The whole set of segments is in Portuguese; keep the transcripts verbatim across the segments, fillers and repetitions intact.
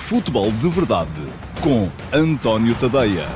Futebol de Verdade com António Tadeia.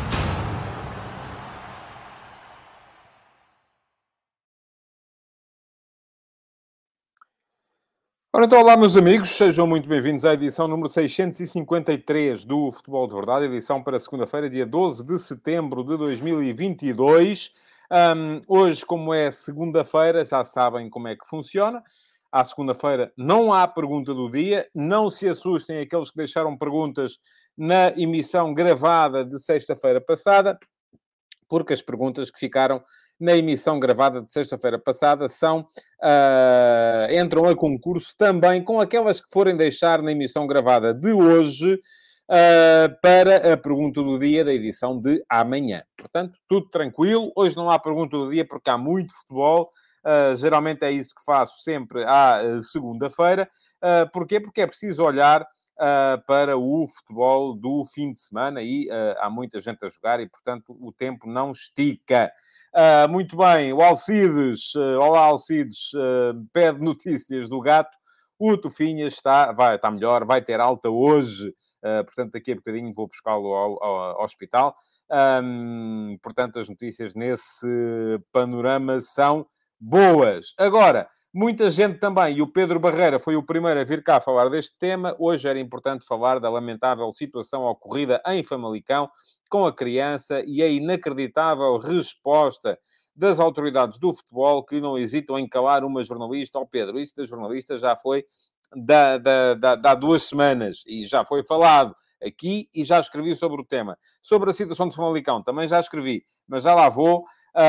Ora então, olá meus amigos, sejam muito bem-vindos à edição número seiscentos e cinquenta e três do Futebol de Verdade, edição para segunda-feira, dia doze de setembro de dois mil e vinte e dois. Um, hoje, como é segunda-feira, já sabem como é que funciona. À segunda-feira não há pergunta do dia, não se assustem aqueles que deixaram perguntas na emissão gravada de sexta-feira passada, porque as perguntas que ficaram na emissão gravada de sexta-feira passada são, uh, entram a concurso também com aquelas que forem deixar na emissão gravada de hoje, uh, para a pergunta do dia da edição de amanhã. Portanto, tudo tranquilo. Hoje não há pergunta do dia porque há muito futebol. Uh, geralmente é isso que faço sempre à uh, segunda-feira. Uh, porquê? Porque é preciso olhar Uh, para o futebol do fim de semana e uh, há muita gente a jogar e, portanto, o tempo não estica. Uh, muito bem, o Alcides, uh, olá Alcides, uh, pede notícias do gato. O Tufinhas está, vai, está melhor, vai ter alta hoje, uh, portanto, daqui a bocadinho vou buscá-lo ao, ao, ao hospital. Um, portanto, as notícias nesse panorama são boas. Agora, muita gente também, e o Pedro Barreira foi o primeiro a vir cá falar deste tema. Hoje era importante falar da lamentável situação ocorrida em Famalicão com a criança e a inacreditável resposta das autoridades do futebol que não hesitam em calar uma jornalista. Ó oh, Pedro, isso da jornalista já foi da, da, da, da há duas semanas e já foi falado aqui e já escrevi sobre o tema. Sobre a situação de Famalicão também já escrevi, mas já lá vou.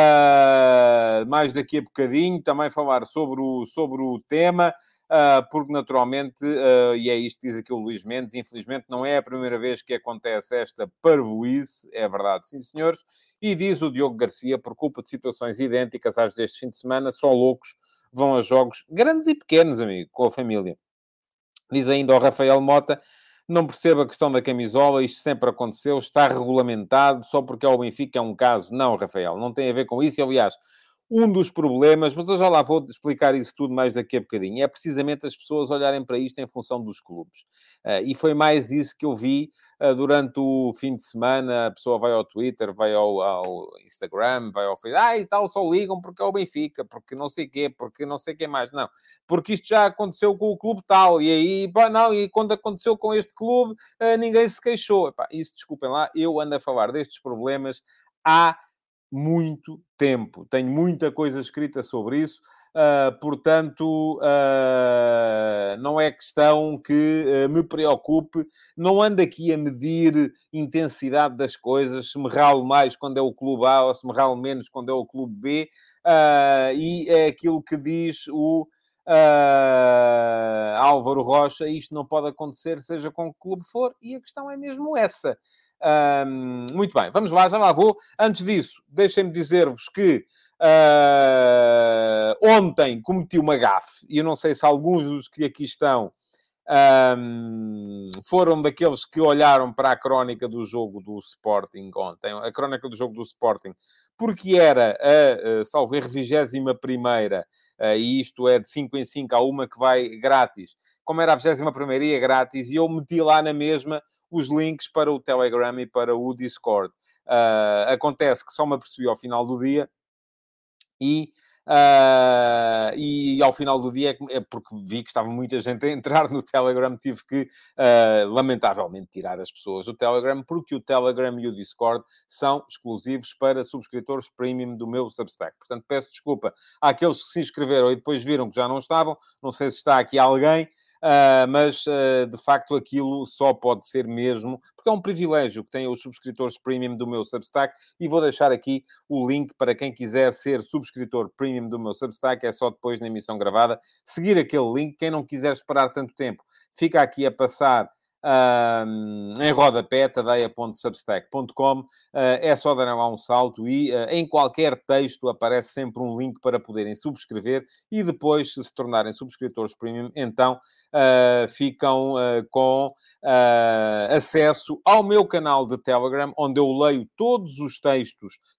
Uh, mais daqui a bocadinho, também falar sobre o, sobre o tema, uh, porque naturalmente, uh, e é isto que diz aqui o Luís Mendes, infelizmente não é a primeira vez que acontece esta parvoíce, é verdade, sim senhores, e diz o Diogo Garcia, por culpa de situações idênticas às deste fim de semana, só loucos vão a jogos grandes e pequenos, amigo, com a família. Diz ainda o Rafael Mota: não percebo a questão da camisola, isto sempre aconteceu, está regulamentado, só porque é o Benfica é um caso. Não, Rafael, não tem a ver com isso. Aliás, um dos problemas, mas eu já lá vou explicar isso tudo mais daqui a bocadinho, é precisamente as pessoas olharem para isto em função dos clubes. Uh, e foi mais isso que eu vi uh, durante o fim de semana. A pessoa vai ao Twitter, vai ao, ao Instagram, vai ao Facebook, ah, e tal, só ligam porque é o Benfica, porque não sei o quê, porque não sei o que mais. Não, porque isto já aconteceu com o clube tal, e aí, pá, não, e quando aconteceu com este clube, uh, ninguém se queixou. Epá, isso, desculpem lá, eu ando a falar destes problemas há muito tempo. Tenho muita coisa escrita sobre isso, uh, portanto, uh, não é questão que uh, me preocupe. Não ando aqui a medir intensidade das coisas, se me ralo mais quando é o clube A ou se me ralo menos quando é o clube B. Uh, e é aquilo que diz o Uh, Álvaro Rocha: isto não pode acontecer, seja com que clube for, e a questão é mesmo essa. Um, muito bem, vamos lá, já lá vou. Antes disso, deixem-me dizer-vos que uh, ontem cometi uma gafe, e eu não sei se alguns dos que aqui estão um, foram daqueles que olharam para a crónica do jogo do Sporting ontem, a crónica do jogo do Sporting, porque era a, a salvo erro, vigésima primeira, uh, e isto é de cinco em cinco, há uma que vai grátis. Como era a vigésima primeira ia grátis, e eu meti lá na mesma os links para o Telegram e para o Discord. Uh, acontece que só me apercebi ao final do dia e... Uh, e ao final do dia, é porque vi que estava muita gente a entrar no Telegram, tive que, uh, lamentavelmente, tirar as pessoas do Telegram, porque o Telegram e o Discord são exclusivos para subscritores premium do meu Substack. Portanto, peço desculpa àqueles que se inscreveram e depois viram que já não estavam. Não sei se está aqui alguém, Uh, mas, uh, de facto, aquilo só pode ser mesmo... Porque é um privilégio que têm os subscritores premium do meu Substack, e vou deixar aqui o link para quem quiser ser subscritor premium do meu Substack. É só depois, na emissão gravada, seguir aquele link. Quem não quiser esperar tanto tempo, fica aqui a passar... Um, em rodapé, tadeia ponto substack ponto com, uh, é só dar lá um salto e uh, em qualquer texto aparece sempre um link para poderem subscrever, e depois, se se tornarem subscritores premium, então uh, ficam uh, com uh, acesso ao meu canal de Telegram, onde eu leio todos os textos,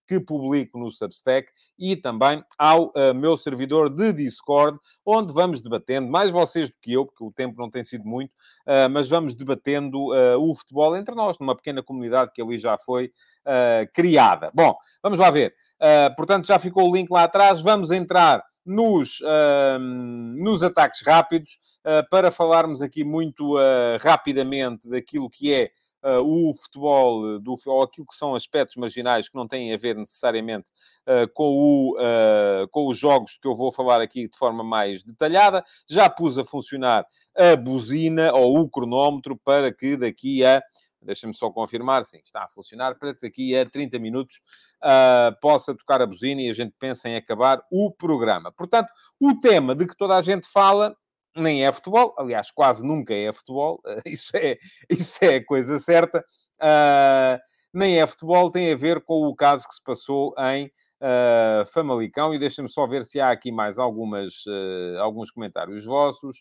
que publico no Substack e também ao uh, meu servidor de Discord, onde vamos debatendo, mais vocês do que eu, porque o tempo não tem sido muito, uh, mas vamos debatendo uh, o futebol entre nós, numa pequena comunidade que ali já foi uh, criada. Bom, vamos lá ver. Uh, portanto, já ficou o link lá atrás. Vamos entrar nos, uh, nos ataques rápidos uh, para falarmos aqui muito uh, rapidamente daquilo que é Uh, o futebol, do, ou aquilo que são aspectos marginais que não têm a ver necessariamente uh, com, o, uh, com os jogos que eu vou falar aqui de forma mais detalhada. Já pus a funcionar a buzina ou o cronómetro para que daqui a... Deixa-me só confirmar, sim, está a funcionar, para que daqui a trinta minutos uh, possa tocar a buzina e a gente pensa em acabar o programa. Portanto, o tema de que toda a gente fala nem é futebol, aliás, quase nunca é futebol, isso é, isso é a coisa certa, uh, nem é futebol, tem a ver com o caso que se passou em uh, Famalicão, e deixa-me só ver se há aqui mais algumas, uh, alguns comentários vossos.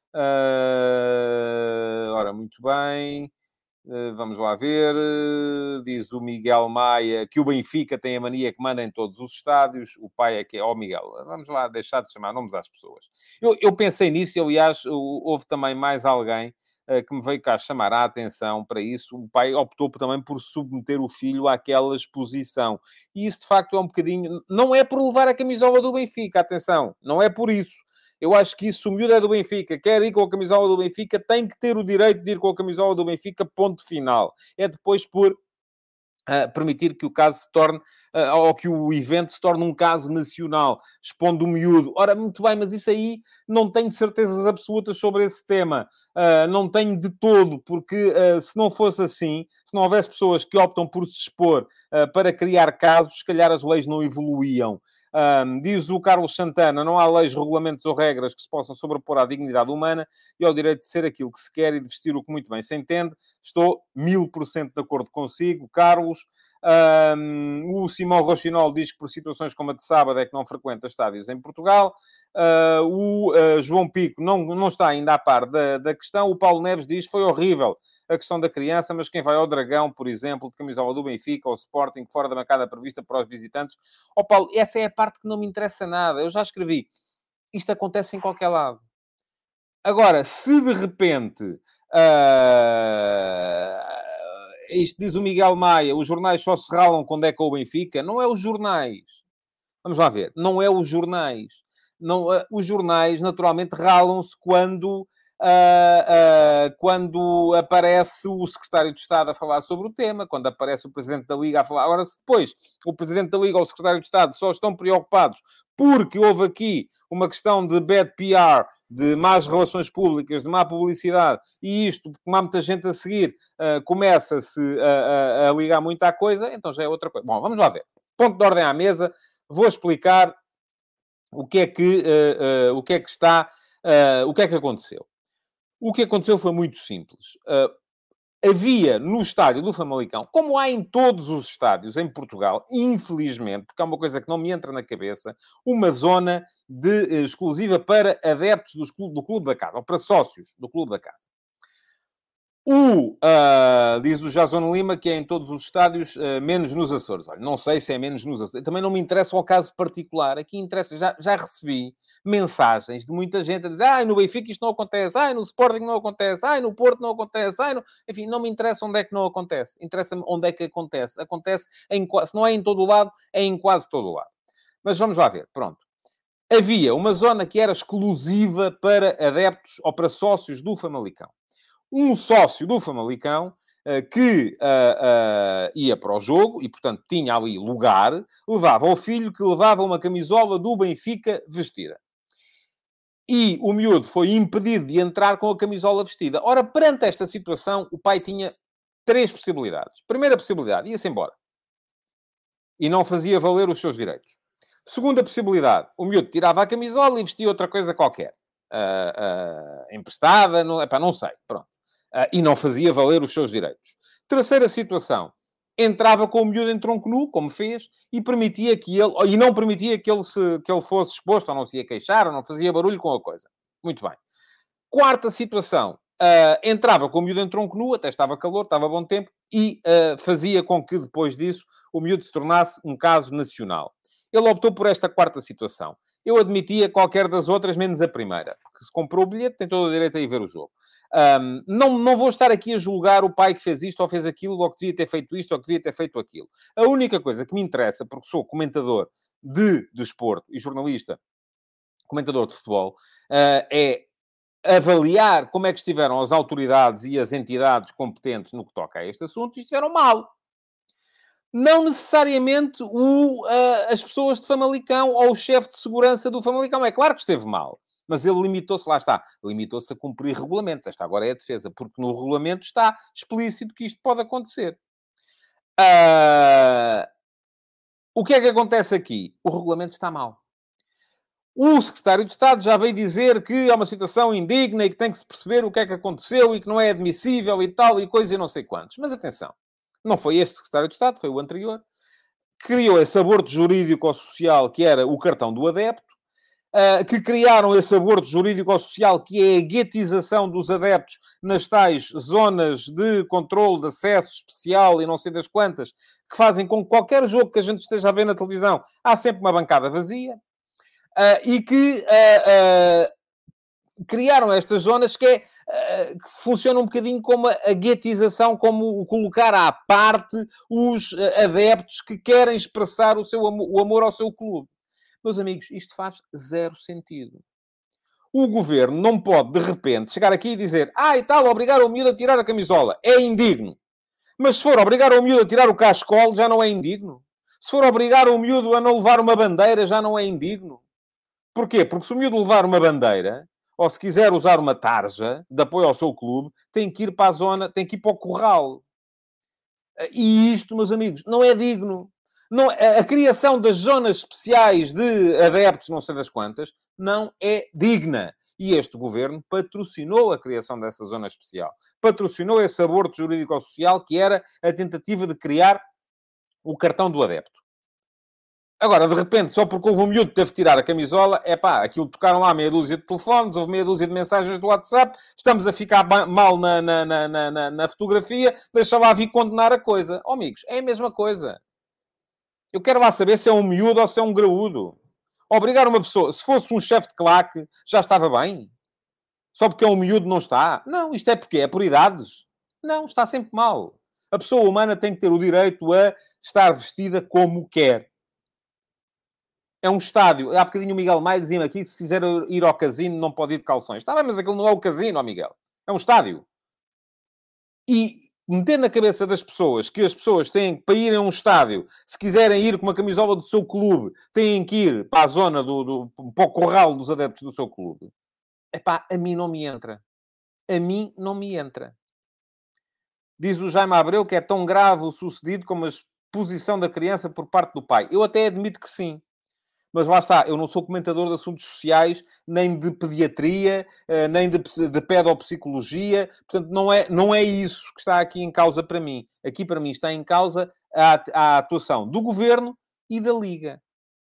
Uh, ora, muito bem... Vamos lá ver. Diz o Miguel Maia que o Benfica tem a mania que manda em todos os estádios. O pai é que é... Ó, oh, Miguel, vamos lá deixar de chamar nomes às pessoas. Eu, eu pensei nisso e, aliás, houve também mais alguém uh, que me veio cá chamar a atenção para isso. O pai optou também por submeter o filho àquela exposição. E isso, de facto, é um bocadinho... Não é por levar a camisola do Benfica, atenção. Não é por isso. Eu acho que isso, o miúdo é do Benfica, quer ir com a camisola do Benfica, tem que ter o direito de ir com a camisola do Benfica, ponto final. É depois por uh, permitir que o caso se torne, uh, ou que o evento se torne um caso nacional, expondo o miúdo. Ora, muito bem, mas isso aí não tenho certezas absolutas sobre esse tema. Uh, não tenho de todo, porque uh, se não fosse assim, se não houvesse pessoas que optam por se expor uh, para criar casos, se calhar as leis não evoluíam. Um, diz o Carlos Santana, não há leis, regulamentos ou regras que se possam sobrepor à dignidade humana e ao direito de ser aquilo que se quer e de vestir o que muito bem se entende. Estou mil por cento de acordo consigo, Carlos. Um, o Simão Rochinol diz que por situações como a de sábado é que não frequenta estádios em Portugal. Uh, o uh, João Pico não, não está ainda a par da, da questão. O Paulo Neves diz que foi horrível a questão da criança, mas quem vai ao Dragão, por exemplo, de camisola do Benfica ou Sporting, fora da bancada prevista para os visitantes. Ó, oh, Paulo, essa é a parte que não me interessa nada. Eu já escrevi. Isto acontece em qualquer lado. Agora, se de repente... Uh... Isto diz o Miguel Maia, os jornais só se ralam quando é com o Benfica. Não é os jornais. Vamos lá ver. Não é os jornais. Não, uh, os jornais, naturalmente, ralam-se quando, uh, uh, quando aparece o secretário de Estado a falar sobre o tema, quando aparece o Presidente da Liga a falar. Agora, se depois o Presidente da Liga ou o secretário de Estado só estão preocupados porque houve aqui uma questão de bad P R, de más relações públicas, de má publicidade, e isto, como há muita gente a seguir, uh, começa-se a, a, a ligar muito à coisa, então já é outra coisa. Bom, vamos lá ver. Ponto de ordem à mesa. Vou explicar o que é que, uh, uh, o que, é que está, uh, o que é que aconteceu. O que aconteceu foi muito simples. Uh, Havia no estádio do Famalicão, como há em todos os estádios em Portugal, infelizmente, porque é uma coisa que não me entra na cabeça, uma zona de, eh, exclusiva para adeptos dos clube, do Clube da Casa, ou para sócios do Clube da Casa. O, uh, diz o Jason Lima, que é em todos os estádios, uh, menos nos Açores. Olha, não sei se é menos nos Açores. Também não me interessa o caso particular. Aqui interessa, já, já recebi mensagens de muita gente a dizer, ai, no Benfica isto não acontece, ai, no Sporting não acontece, ai, no Porto não acontece, ai, no... Enfim, não me interessa onde é que não acontece. Interessa-me onde é que acontece. Acontece em, se não é em todo o lado, é em quase todo o lado. Mas vamos lá ver, pronto. Havia uma zona que era exclusiva para adeptos ou para sócios do Famalicão. Um sócio do Famalicão uh, que uh, uh, ia para o jogo e, portanto, tinha ali lugar, levava o filho que levava uma camisola do Benfica vestida. E o miúdo foi impedido de entrar com a camisola vestida. Ora, perante esta situação, o pai tinha três possibilidades. Primeira possibilidade, ia-se embora. E não fazia valer os seus direitos. Segunda possibilidade, o miúdo tirava a camisola e vestia outra coisa qualquer. Uh, uh, emprestada, não, epá, não sei, pronto. Uh, e não fazia valer os seus direitos. Terceira situação. Entrava com o miúdo em tronco nu, como fez, e permitia que ele... E não permitia que ele, se, que ele fosse exposto, ou não se ia queixar, ou não fazia barulho com a coisa. Muito bem. Quarta situação. Uh, entrava com o miúdo em tronco nu, até estava calor, estava bom tempo, e uh, fazia com que, depois disso, o miúdo se tornasse um caso nacional. Ele optou por esta quarta situação. Eu admitia qualquer das outras, menos a primeira. Porque se comprou o bilhete, tem todo o direito a ir ver o jogo. Um, não, não vou estar aqui a julgar o pai que fez isto ou fez aquilo, ou que devia ter feito isto ou que devia ter feito aquilo. A única coisa que me interessa, porque sou comentador de desporto e jornalista, comentador de futebol, uh, é avaliar como é que estiveram as autoridades e as entidades competentes no que toca a este assunto e estiveram mal. Não necessariamente o, uh, as pessoas de Famalicão ou o chefe de segurança do Famalicão. É claro que esteve mal. Mas ele limitou-se, lá está, limitou-se a cumprir regulamentos. Esta agora é a defesa, porque no regulamento está explícito que isto pode acontecer. Uh... O que é que acontece aqui? O regulamento está mal. O secretário de Estado já veio dizer que é uma situação indigna e que tem que se perceber o que é que aconteceu e que não é admissível e tal e coisa e não sei quantos. Mas atenção, não foi este secretário de Estado, foi o anterior. Criou esse aborto jurídico-social que era o cartão do adepto, Uh, que criaram esse aborto jurídico-social, que é a guetização dos adeptos nas tais zonas de controle de acesso especial e não sei das quantas, que fazem com que qualquer jogo que a gente esteja a ver na televisão, há sempre uma bancada vazia, uh, e que uh, uh, criaram estas zonas que, é, uh, que funcionam um bocadinho como a, a guetização, como o colocar à parte os uh, adeptos que querem expressar o seu amor, o amor ao seu clube. Meus amigos, isto faz zero sentido. O governo não pode, de repente, chegar aqui e dizer ah, e tal, obrigar o miúdo a tirar a camisola. É indigno. Mas se for obrigar o miúdo a tirar o cascol, já não é indigno. Se for obrigar o miúdo a não levar uma bandeira, já não é indigno. Porquê? Porque se o miúdo levar uma bandeira, ou se quiser usar uma tarja de apoio ao seu clube, tem que ir para a zona, tem que ir para o corral. E isto, meus amigos, não é digno. Não, a, a criação das zonas especiais de adeptos, não sei das quantas, não é digna. E este governo patrocinou a criação dessa zona especial. Patrocinou esse aborto jurídico-social que era a tentativa de criar o cartão do adepto. Agora, de repente, só porque houve um miúdo que teve de tirar a camisola, é pá, aquilo tocaram lá meia dúzia de telefones, houve meia dúzia de mensagens do WhatsApp, estamos a ficar mal na, na, na, na, na fotografia, deixa lá vir condenar a coisa. Oh, amigos, é a mesma coisa. Eu quero lá saber se é um miúdo ou se é um graúdo. Obrigar uma pessoa... Se fosse um chefe de claque, já estava bem. Só porque é um miúdo não está. Não, isto é porque é por idades. Não, está sempre mal. A pessoa humana tem que ter o direito a estar vestida como quer. É um estádio. Há bocadinho o Miguel Maia dizia-me aqui que se quiser ir ao casino não pode ir de calções. Está bem, mas aquilo não é o casino, ó Miguel. É um estádio. E... meter na cabeça das pessoas que as pessoas têm, para ir a um estádio, se quiserem ir com uma camisola do seu clube, têm que ir para a zona, do, do, para o corral dos adeptos do seu clube. Epá, a mim não me entra. A mim não me entra. Diz o Jaime Abreu que é tão grave o sucedido como a exposição da criança por parte do pai. Eu até admito que sim. Mas lá está, eu não sou comentador de assuntos sociais, nem de pediatria, nem de, de pedopsicologia. Portanto, não é, não é isso que está aqui em causa para mim. Aqui, para mim, está em causa a, a atuação do Governo e da Liga.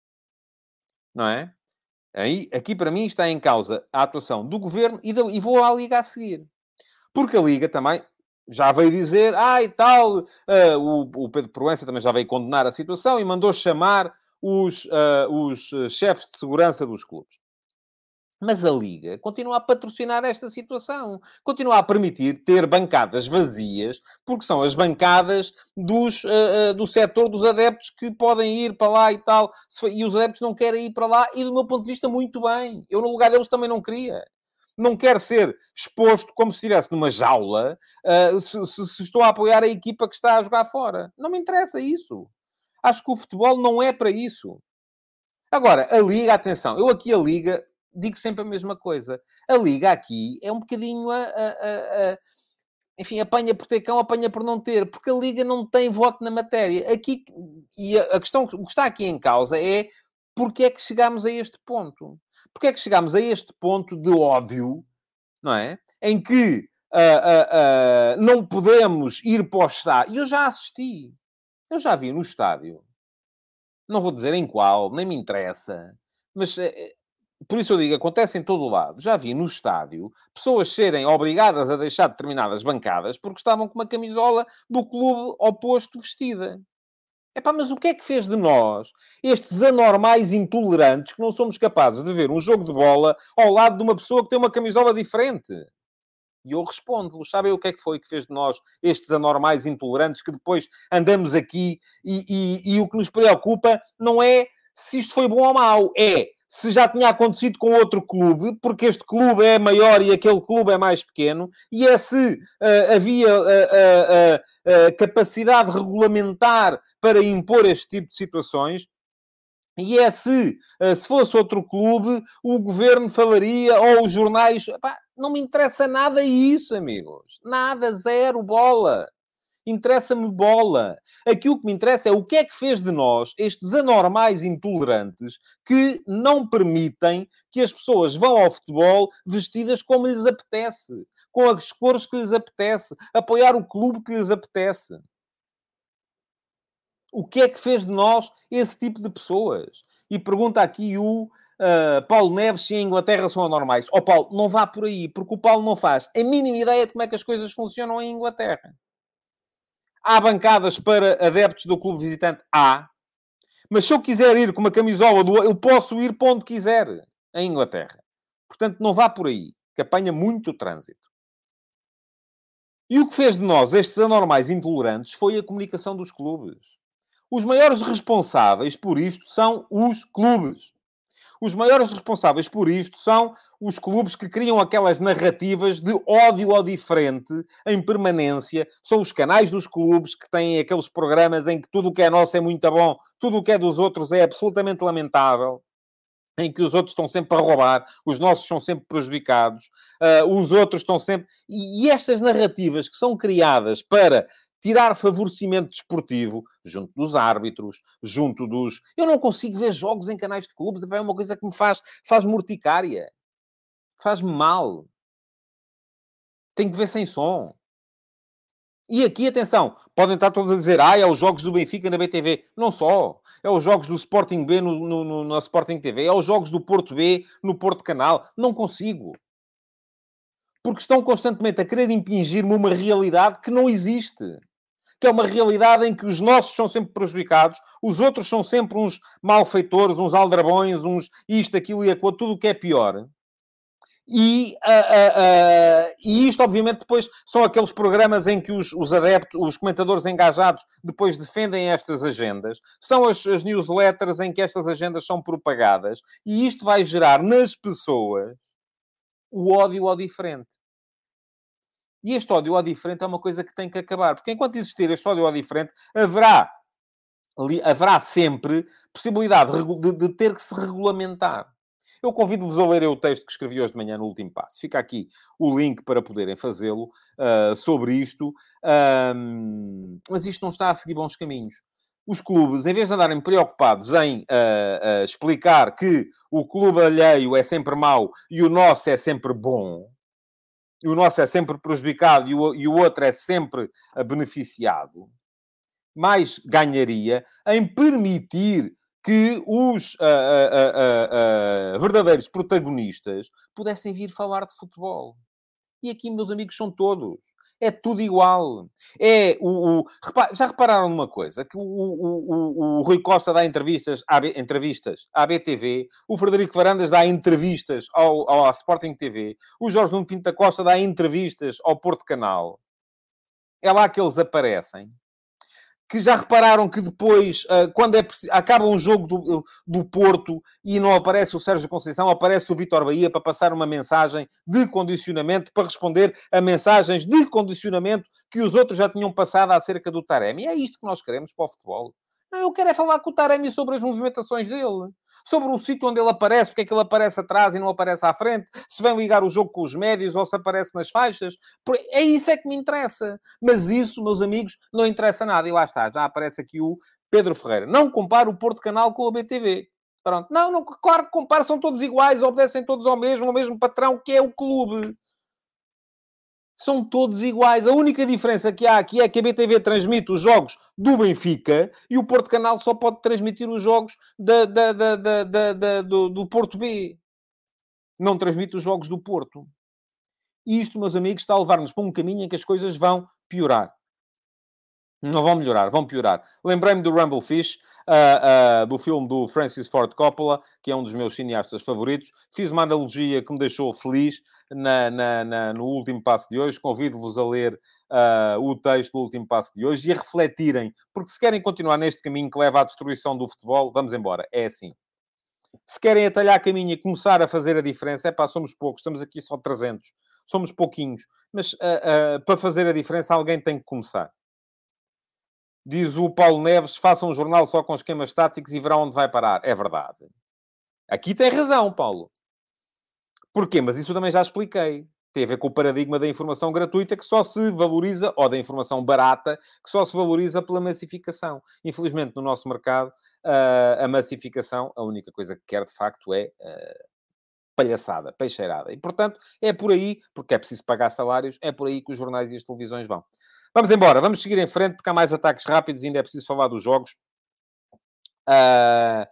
Não é? Aí, aqui, para mim, está em causa a atuação do Governo e, da, e vou à Liga a seguir. Porque a Liga também... já veio dizer, ah, e tal, uh, o, o Pedro Proença também já veio condenar a situação e mandou chamar os, uh, os chefes de segurança dos clubes. Mas a Liga continua a patrocinar esta situação. Continua a permitir ter bancadas vazias, porque são as bancadas dos, uh, uh, do setor dos adeptos que podem ir para lá e tal. E os adeptos não querem ir para lá e, do meu ponto de vista, muito bem. Eu, no lugar deles, também não queria. Não quero ser exposto como se estivesse numa jaula, uh, se, se, se estou a apoiar a equipa que está a jogar fora. Não me interessa isso. Acho que o futebol não é para isso. Agora, a Liga, atenção, eu aqui a Liga digo sempre a mesma coisa. A Liga aqui é um bocadinho a... a, a, a enfim, apanha por ter cão, apanha por não ter, porque a Liga não tem voto na matéria. Aqui, e a, a questão que está aqui em causa é porque é que chegámos a este ponto. Porque é que chegámos a este ponto de ódio, não é? Em que uh, uh, uh, não podemos ir para o estádio. E eu já assisti. Eu já vi no estádio. Não vou dizer em qual, nem me interessa. Mas, uh, por isso eu digo, acontece em todo o lado. Já vi no estádio pessoas serem obrigadas a deixar determinadas bancadas porque estavam com uma camisola do clube oposto vestida. Epá, mas o que é que fez de nós estes anormais intolerantes que não somos capazes de ver um jogo de bola ao lado de uma pessoa que tem uma camisola diferente? E eu respondo-vos, sabem o que é que foi que fez de nós estes anormais intolerantes que depois andamos aqui e, e, e o que nos preocupa não é se isto foi bom ou mau, é se já tinha acontecido com outro clube, porque este clube é maior e aquele clube é mais pequeno, e é se uh, havia uh, uh, uh, uh, capacidade regulamentar para impor este tipo de situações. E é se, se fosse outro clube, o governo falaria, ou os jornais... Epá, não me interessa nada isso, amigos. Nada, zero, bola. Interessa-me bola. Aqui o que me interessa é o que é que fez de nós estes anormais intolerantes que não permitem que as pessoas vão ao futebol vestidas como lhes apetece, com as cores que lhes apetece, apoiar o clube que lhes apetece. O que é que fez de nós esse tipo de pessoas? E pergunta aqui o uh, Paulo Neves se em Inglaterra são anormais. Ó oh, Paulo, não vá por aí, porque o Paulo não faz a mínima ideia de como é que as coisas funcionam em Inglaterra. Há bancadas para adeptos do clube visitante? Há. Mas se eu quiser ir com uma camisola, do... eu posso ir para onde quiser em Inglaterra. Portanto, não vá por aí, que apanha muito trânsito. E o que fez de nós estes anormais intolerantes foi a comunicação dos clubes. Os maiores responsáveis por isto são os clubes. Os maiores responsáveis por isto são os clubes que criam aquelas narrativas de ódio ao diferente em permanência. São os canais dos clubes que têm aqueles programas em que tudo o que é nosso é muito bom, tudo o que é dos outros é absolutamente lamentável, em que os outros estão sempre a roubar, os nossos são sempre prejudicados, uh, os outros estão sempre... E, e estas narrativas que são criadas para tirar favorecimento desportivo junto dos árbitros, junto dos... Eu não consigo ver jogos em canais de clubes, é uma coisa que me faz, faz morticária. Faz-me mal. Tenho que ver sem som. E aqui, atenção, podem estar todos a dizer, ah, é os jogos do Benfica na B T V. Não só. É os jogos do Sporting B no, no, no, na Sporting T V. É os jogos do Porto B no Porto Canal. Não consigo. Porque estão constantemente a querer impingir-me uma realidade que não existe. Que é uma realidade em que os nossos são sempre prejudicados, os outros são sempre uns malfeitores, uns aldrabões, uns isto, aquilo e aquilo, tudo o que é pior. E, uh, uh, uh, e isto, obviamente, depois são aqueles programas em que os, os adeptos, os comentadores engajados, depois defendem estas agendas. São as, as newsletters em que estas agendas são propagadas. E isto vai gerar nas pessoas o ódio ao diferente. E este ódio ao diferente é uma coisa que tem que acabar. Porque enquanto existir este ódio ao diferente, haverá, haverá sempre possibilidade de, de ter que se regulamentar. Eu convido-vos a lerem o texto que escrevi hoje de manhã no Último Passo. Fica aqui o link para poderem fazê-lo uh, sobre isto. Um, mas isto não está a seguir bons caminhos. Os clubes, em vez de andarem preocupados em uh, uh, explicar que o clube alheio é sempre mau e o nosso é sempre bom, e o nosso é sempre prejudicado e o, e o outro é sempre uh, beneficiado, mais ganharia em permitir que os uh, uh, uh, uh, verdadeiros protagonistas pudessem vir falar de futebol. E aqui, meus amigos, são todos. É tudo igual. É o, o... Já repararam numa coisa? Que o, o, o, o Rui Costa dá entrevistas à, B... entrevistas à B T V, o Frederico Varandas dá entrevistas ao, ao Sporting T V, o Jorge Nuno Pinto da Costa dá entrevistas ao Porto Canal. É lá que eles aparecem. Que já repararam que depois, quando é, acaba um jogo do, do Porto e não aparece o Sérgio Conceição, aparece o Vítor Bahia para passar uma mensagem de condicionamento, para responder a mensagens de condicionamento que os outros já tinham passado acerca do Taremi. É isto que nós queremos para o futebol. Não, eu quero é falar com o Taremi sobre as movimentações dele. Sobre o sítio onde ele aparece, porque é que ele aparece atrás e não aparece à frente. Se vem ligar o jogo com os médios ou se aparece nas faixas. É isso é que me interessa. Mas isso, meus amigos, não interessa nada. E lá está, já aparece aqui o Pedro Ferreira. Não compara o Porto Canal com a B T V. Pronto. Não, não, claro que compara, são todos iguais, obedecem todos ao mesmo, ao mesmo patrão, que é o clube. São todos iguais. A única diferença que há aqui é que a B T V transmite os jogos do Benfica e o Porto Canal só pode transmitir os jogos da, da, da, da, da, da, do, do Porto B. Não transmite os jogos do Porto. E isto, meus amigos, está a levar-nos para um caminho em que as coisas vão piorar. Não vão melhorar, vão piorar. Lembrei-me do Rumblefish, uh, uh, do filme do Francis Ford Coppola, que é um dos meus cineastas favoritos. Fiz uma analogia que me deixou feliz na, na, na, no último passo de hoje. Convido-vos a ler uh, o texto do último passo de hoje e a refletirem, porque se querem continuar neste caminho que leva à destruição do futebol, vamos embora. É assim. Se querem atalhar caminho e começar a fazer a diferença, é pá, somos poucos, estamos aqui só trezentos. Somos pouquinhos. Mas uh, uh, para fazer a diferença, alguém tem que começar. Diz o Paulo Neves, faça um jornal só com esquemas táticos e verá onde vai parar. É verdade. Aqui tem razão, Paulo. Porquê? Mas isso eu também já expliquei. Tem a ver com o paradigma da informação gratuita que só se valoriza, ou da informação barata, que só se valoriza pela massificação. Infelizmente, no nosso mercado, a massificação, a única coisa que quer, de facto, é palhaçada, peixeirada. E, portanto, é por aí, porque é preciso pagar salários, é por aí que os jornais e as televisões vão. Vamos embora, vamos seguir em frente, porque há mais ataques rápidos e ainda é preciso falar dos jogos. Uh...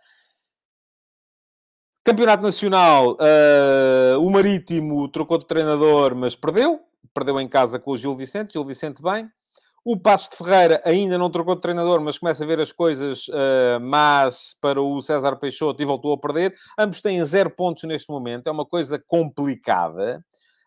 Campeonato Nacional, uh... o Marítimo trocou de treinador, mas perdeu. Perdeu em casa com o Gil Vicente, Gil Vicente bem. O Passos de Ferreira ainda não trocou de treinador, mas começa a ver as coisas uh, más para o César Peixoto e voltou a perder. Ambos têm zero pontos neste momento. É uma coisa complicada.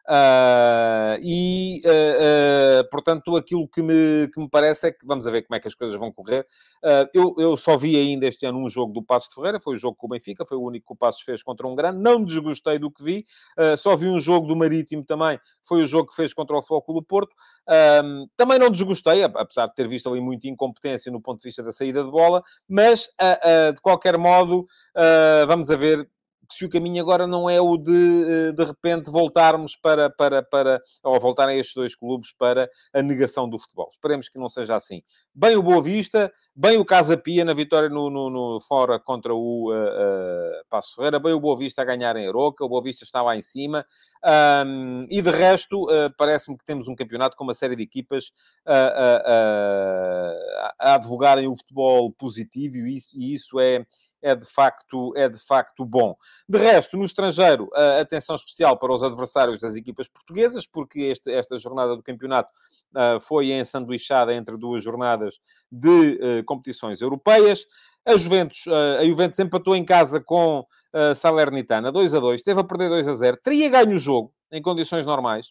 Uh, e, uh, uh, portanto, aquilo que me, que me parece é que... Vamos a ver como é que as coisas vão correr. Uh, eu, eu só vi ainda este ano um jogo do Passos de Ferreira. Foi o jogo com o Benfica. Foi o único que o Passos fez contra um grande. Não desgostei do que vi. Uh, só vi um jogo do Marítimo também. Foi o jogo que fez contra o Futebol Clube do Porto. Uh, também não desgostei, apesar de ter visto ali muita incompetência no ponto de vista da saída de bola. Mas, uh, uh, de qualquer modo, uh, vamos a ver... se o caminho agora não é o de, de repente, voltarmos para, para, para... ou voltarem estes dois clubes para a negação do futebol. Esperemos que não seja assim. Bem o Boa Vista, bem o Casa Pia na vitória no, no, no fora contra o uh, uh, Passos Ferreira, bem o Boa Vista a ganhar em Aroca, o Boa Vista está lá em cima. Um, e, de resto, uh, parece-me que temos um campeonato com uma série de equipas uh, uh, uh, a advogarem o futebol positivo e isso, e isso é... É de, facto, é de facto bom. De resto, no estrangeiro, a atenção especial para os adversários das equipas portuguesas, porque este, esta jornada do campeonato uh, foi ensanduichada entre duas jornadas de uh, competições europeias. A Juventus, uh, a Juventus empatou em casa com a uh, Salernitana, dois a dois. Teve a perder dois a zero. Teria ganho o jogo em condições normais.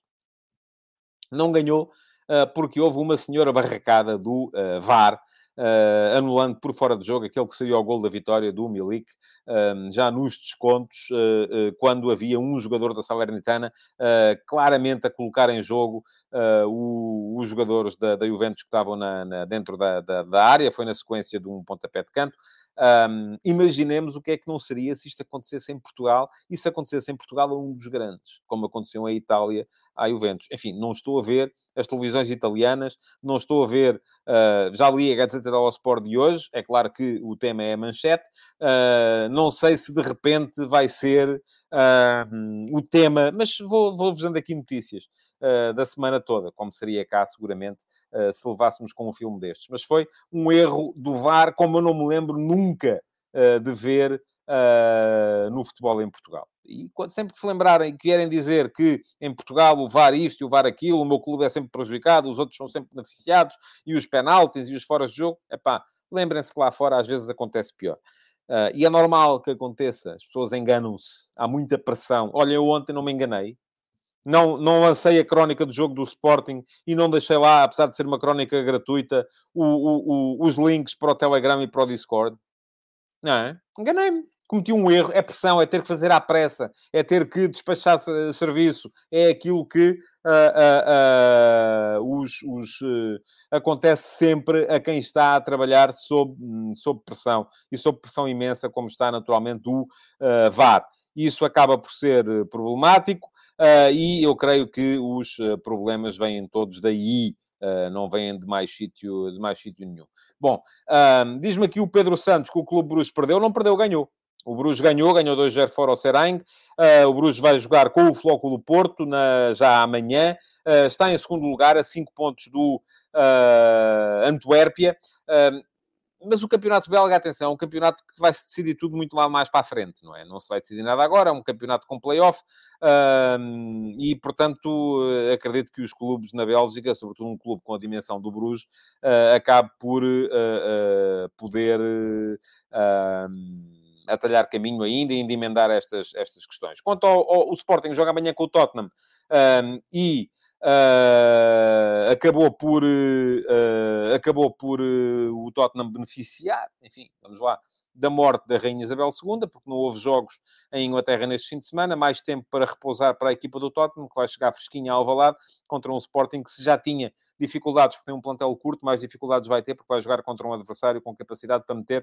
Não ganhou uh, porque houve uma senhora barracada do uh, V A R, Uh, anulando por fora de jogo aquele que seria o gol da vitória do Milik, um, já nos descontos, uh, uh, quando havia um jogador da Salernitana uh, claramente a colocar em jogo uh, o, os jogadores da, da Juventus que estavam na, na, dentro da, da, da área. Foi na sequência de um pontapé de canto. Um, imaginemos o que é que não seria se isto acontecesse em Portugal, e se acontecesse em Portugal a um dos grandes, como aconteceu em Itália à Juventus. Enfim, não estou a ver as televisões italianas, não estou a ver, uh, já li a Gazzetta dello Sport de hoje, é claro que o tema é a manchete, uh, não sei se de repente vai ser uh, o tema, mas vou, vou-vos dando aqui notícias uh, da semana toda, como seria cá seguramente uh, se levássemos com um filme destes. Mas foi um erro do V A R, como eu não me lembro nunca uh, de ver Uh, no futebol em Portugal. E sempre que se lembrarem que querem dizer que em Portugal o V A R isto e o V A R aquilo, o meu clube é sempre prejudicado, os outros são sempre beneficiados, e os penaltis e os foras de jogo, epá, lembrem-se que lá fora às vezes acontece pior. Uh, e é normal que aconteça, as pessoas enganam-se, há muita pressão. Olha, eu ontem não me enganei, não, não lancei a crónica do jogo do Sporting e não deixei lá, apesar de ser uma crónica gratuita, o, o, o, os links para o Telegram e para o Discord. Não é? Enganei-me. Cometi um erro. É pressão, é ter que fazer à pressa, é ter que despachar serviço, é aquilo que uh, uh, uh, os, os, uh, acontece sempre a quem está a trabalhar sob, sob pressão, e sob pressão imensa, como está naturalmente o uh, V A R. Isso acaba por ser problemático, uh, e eu creio que os problemas vêm todos daí. Uh, não vêm de mais sítio, de mais sítio nenhum. Bom, uh, diz-me aqui o Pedro Santos que o Clube Bruges perdeu. Não perdeu, ganhou. O Bruges ganhou, ganhou dois a zero fora ao Serang. Uh, o Bruges vai jogar com o Flóculo Porto na, já amanhã. Uh, está em segundo lugar, a cinco pontos do uh, Antuérpia. Uh, mas o campeonato belga, atenção, é um campeonato que vai-se decidir tudo muito lá mais para a frente, não é? Não se vai decidir nada agora, é um campeonato com play-off, um, e, portanto, acredito que os clubes na Bélgica, sobretudo um clube com a dimensão do Bruges, uh, acabe por uh, uh, poder uh, atalhar caminho ainda e ainda emendar estas, estas questões. Quanto ao, ao o Sporting, joga amanhã com o Tottenham, um, e Uh, acabou por, uh, acabou por uh, o Tottenham beneficiar, enfim, vamos lá, da morte da Rainha Isabel segunda, porque não houve jogos em Inglaterra neste fim de semana, mais tempo para repousar para a equipa do Tottenham, que vai chegar fresquinha ao Alvalade, contra um Sporting que se já tinha dificuldades, porque tem um plantel curto, mais dificuldades vai ter, porque vai jogar contra um adversário com capacidade para meter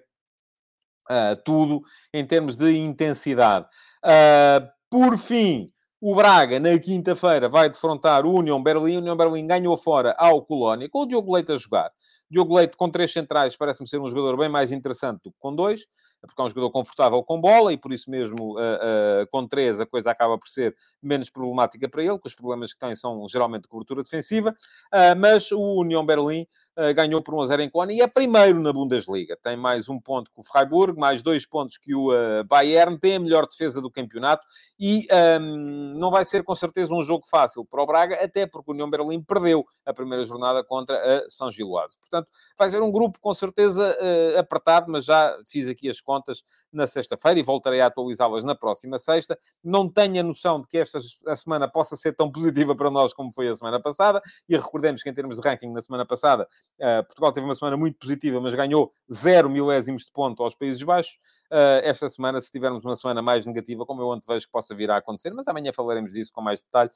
uh, tudo em termos de intensidade. Uh, por fim, o Braga, na quinta-feira, vai defrontar o União Berlim. O União Berlim ganhou fora ao Colónia, com o Diogo Leite a jogar. Diogo Leite, com três centrais, parece-me ser um jogador bem mais interessante do que com dois, porque é um jogador confortável com bola, e por isso mesmo, uh, uh, com três, a coisa acaba por ser menos problemática para ele, que os problemas que tem são geralmente de cobertura defensiva. Uh, mas o União Berlim uh, ganhou por um a zero em Colónia e é primeiro na Bundesliga. Tem mais um ponto que o Freiburg, mais dois pontos que o uh, Bayern, tem a melhor defesa do campeonato e um, não vai ser com certeza um jogo fácil para o Braga, até porque o União Berlim perdeu a primeira jornada contra a São Giloase. Portanto, vai ser um grupo com certeza uh, apertado, mas já fiz aqui as contas na sexta-feira e voltarei a atualizá-las na próxima sexta. Não tenho a noção de que esta a semana possa ser tão positiva para nós como foi a semana passada, e recordemos que em termos de ranking, na semana passada, uh, Portugal teve uma semana muito positiva, mas ganhou zero milésimos de ponto aos Países Baixos. Uh, esta semana, se tivermos uma semana mais negativa, como eu antevejo que possa vir a acontecer, mas amanhã falaremos disso com mais detalhe,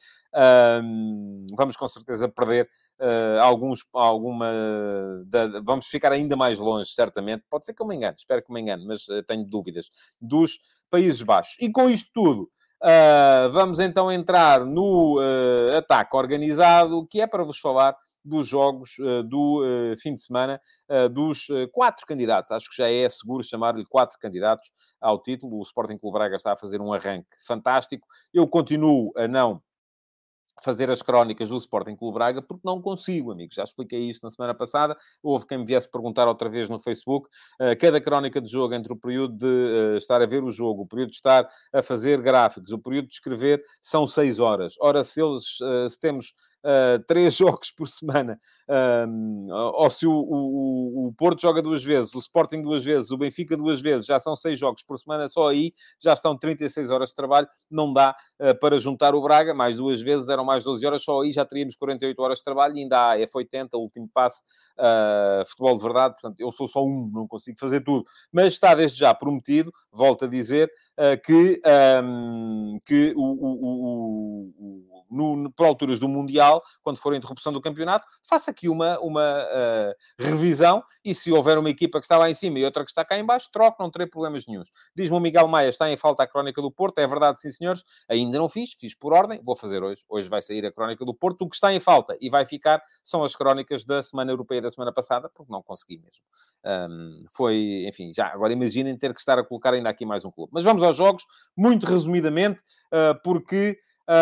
uh, vamos com certeza perder uh, alguns, alguma... Da, vamos ficar ainda mais longe, certamente. Pode ser que eu me engane, espero que me engane, mas uh, tenho dúvidas, dos Países Baixos. E com isto tudo, uh, vamos então entrar no uh, ataque organizado, que é para vos falar dos jogos uh, do uh, fim de semana, uh, dos uh, quatro candidatos. Acho que já é seguro chamar-lhe quatro candidatos ao título. O Sporting Clube Braga está a fazer um arranque fantástico. Eu continuo a não fazer as crónicas do Sporting Clube Braga, porque não consigo, amigos. Já expliquei isto na semana passada. Houve quem me viesse perguntar outra vez no Facebook. Uh, cada crónica de jogo, entre o período de uh, estar a ver o jogo, o período de estar a fazer gráficos, o período de escrever, são seis horas. Ora, se, eles, uh, se temos Uh, três jogos por semana, um, ou se o, o, o Porto joga duas vezes, o Sporting duas vezes, o Benfica duas vezes, já são seis jogos por semana, só aí já estão trinta e seis horas de trabalho, não dá uh, para juntar o Braga, mais duas vezes eram mais doze horas, só aí já teríamos quarenta e oito horas de trabalho, e ainda há F oitenta, o último passe, uh, futebol de verdade, portanto, eu sou só um, não consigo fazer tudo, mas está desde já prometido, volto a dizer, uh, que, um, que o, o, o, o No, por alturas do Mundial, quando for a interrupção do campeonato, faça aqui uma, uma uh, revisão, e se houver uma equipa que está lá em cima e outra que está cá em baixo, troque, não terei problemas nenhuns. Diz-me o Miguel Maia, está em falta a Crónica do Porto, é verdade, sim senhores, ainda não fiz, fiz por ordem, vou fazer hoje, hoje vai sair a Crónica do Porto, o que está em falta e vai ficar são as crónicas da Semana Europeia da semana passada, porque não consegui mesmo. Um, foi, enfim, já, agora imaginem ter que estar a colocar ainda aqui mais um clube. Mas vamos aos jogos, muito resumidamente, uh, porque...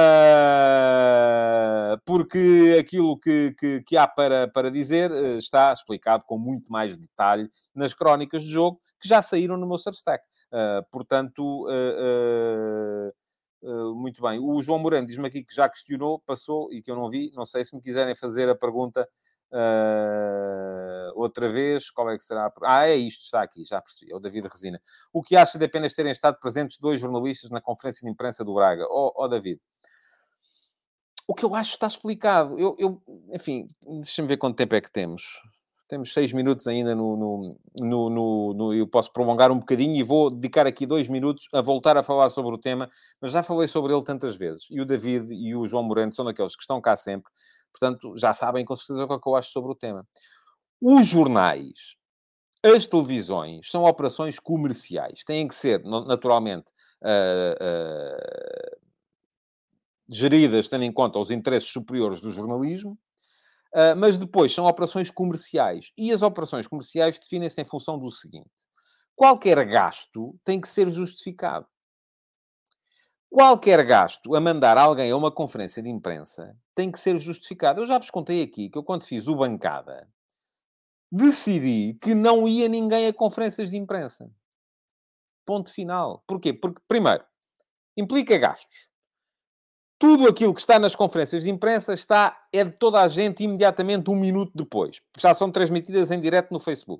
Uh, porque aquilo que, que, que há para, para dizer uh, está explicado com muito mais detalhe nas crónicas de jogo que já saíram no meu Substack. Uh, portanto, uh, uh, uh, muito bem. O João Moreno diz-me aqui que já questionou, passou e que eu não vi. Não sei se me quiserem fazer a pergunta uh, outra vez. Qual é que será? Ah, é isto, está aqui, já percebi. É o David Resina. O que acha de apenas terem estado presentes dois jornalistas na conferência de imprensa do Braga? Ó oh, oh, David. O que eu acho está explicado. Eu, eu enfim, deixa-me ver quanto tempo é que temos. Temos seis minutos ainda no, no, no, no, no... Eu posso prolongar um bocadinho e vou dedicar aqui dois minutos a voltar a falar sobre o tema, mas já falei sobre ele tantas vezes. E o David e o João Moreno são daqueles que estão cá sempre. Portanto, já sabem com certeza o que é que eu acho sobre o tema. Os jornais, as televisões, são operações comerciais. Têm que ser, naturalmente... Uh, uh, geridas tendo em conta os interesses superiores do jornalismo, uh, mas depois são operações comerciais. E as operações comerciais definem-se em função do seguinte: qualquer gasto tem que ser justificado. Qualquer gasto a mandar alguém a uma conferência de imprensa tem que ser justificado. Eu já vos contei aqui que eu, quando fiz o Bancada, decidi que não ia ninguém a conferências de imprensa. Ponto final. Porquê? Porque, primeiro, implica gastos. Tudo aquilo que está nas conferências de imprensa está, é de toda a gente imediatamente um minuto depois. Já são transmitidas em direto no Facebook.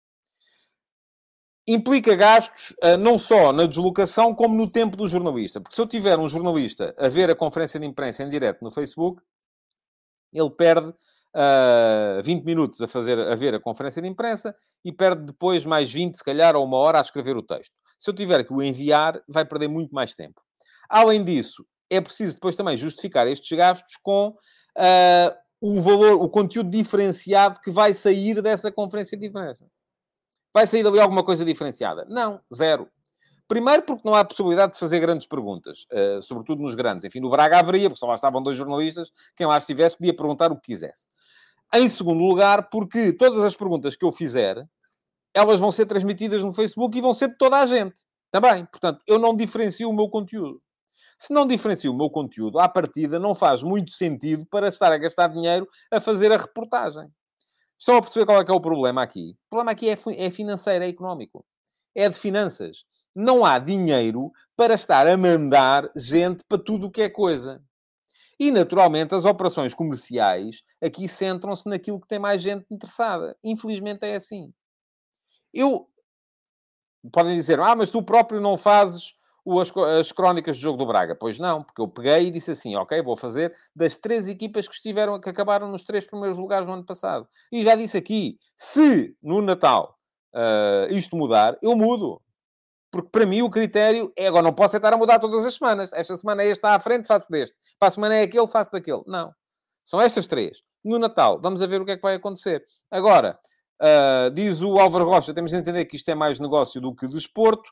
Implica gastos uh, não só na deslocação, como no tempo do jornalista. Porque se eu tiver um jornalista a ver a conferência de imprensa em direto no Facebook, ele perde uh, vinte minutos a, fazer, a ver a conferência de imprensa e perde depois mais vinte, se calhar, ou uma hora a escrever o texto. Se eu tiver que o enviar, vai perder muito mais tempo. Além disso, é preciso depois também justificar estes gastos com uh, o valor, o conteúdo diferenciado que vai sair dessa conferência de imprensa. Vai sair dali alguma coisa diferenciada? Não, zero. Primeiro porque não há possibilidade de fazer grandes perguntas, uh, sobretudo nos grandes. Enfim, no Braga haveria, porque só lá estavam dois jornalistas, quem lá estivesse podia perguntar o que quisesse. Em segundo lugar, porque todas as perguntas que eu fizer, elas vão ser transmitidas no Facebook e vão ser de toda a gente. Também. Portanto, eu não diferencio o meu conteúdo. Se não diferencio o meu conteúdo, à partida não faz muito sentido para estar a gastar dinheiro a fazer a reportagem. Estão a perceber qual é que é o problema aqui? O problema aqui é, é financeiro, é económico. É de finanças. Não há dinheiro para estar a mandar gente para tudo o que é coisa. E, naturalmente, as operações comerciais aqui centram-se naquilo que tem mais gente interessada. Infelizmente é assim. Eu... Podem dizer, ah, mas tu próprio não fazes o, as, as crónicas de jogo do Braga. Pois não, porque eu peguei e disse assim, ok, vou fazer das três equipas que estiveram, que acabaram nos três primeiros lugares no ano passado. E já disse aqui, se no Natal uh, isto mudar, eu mudo. Porque para mim o critério é, agora não posso é estar a mudar todas as semanas. Esta semana este está à frente, faço deste. Para a semana é aquele, faço daquele. Não. São estas três. No Natal, vamos a ver o que é que vai acontecer. Agora, uh, diz o Álvaro Rocha, temos de entender que isto é mais negócio do que desporto.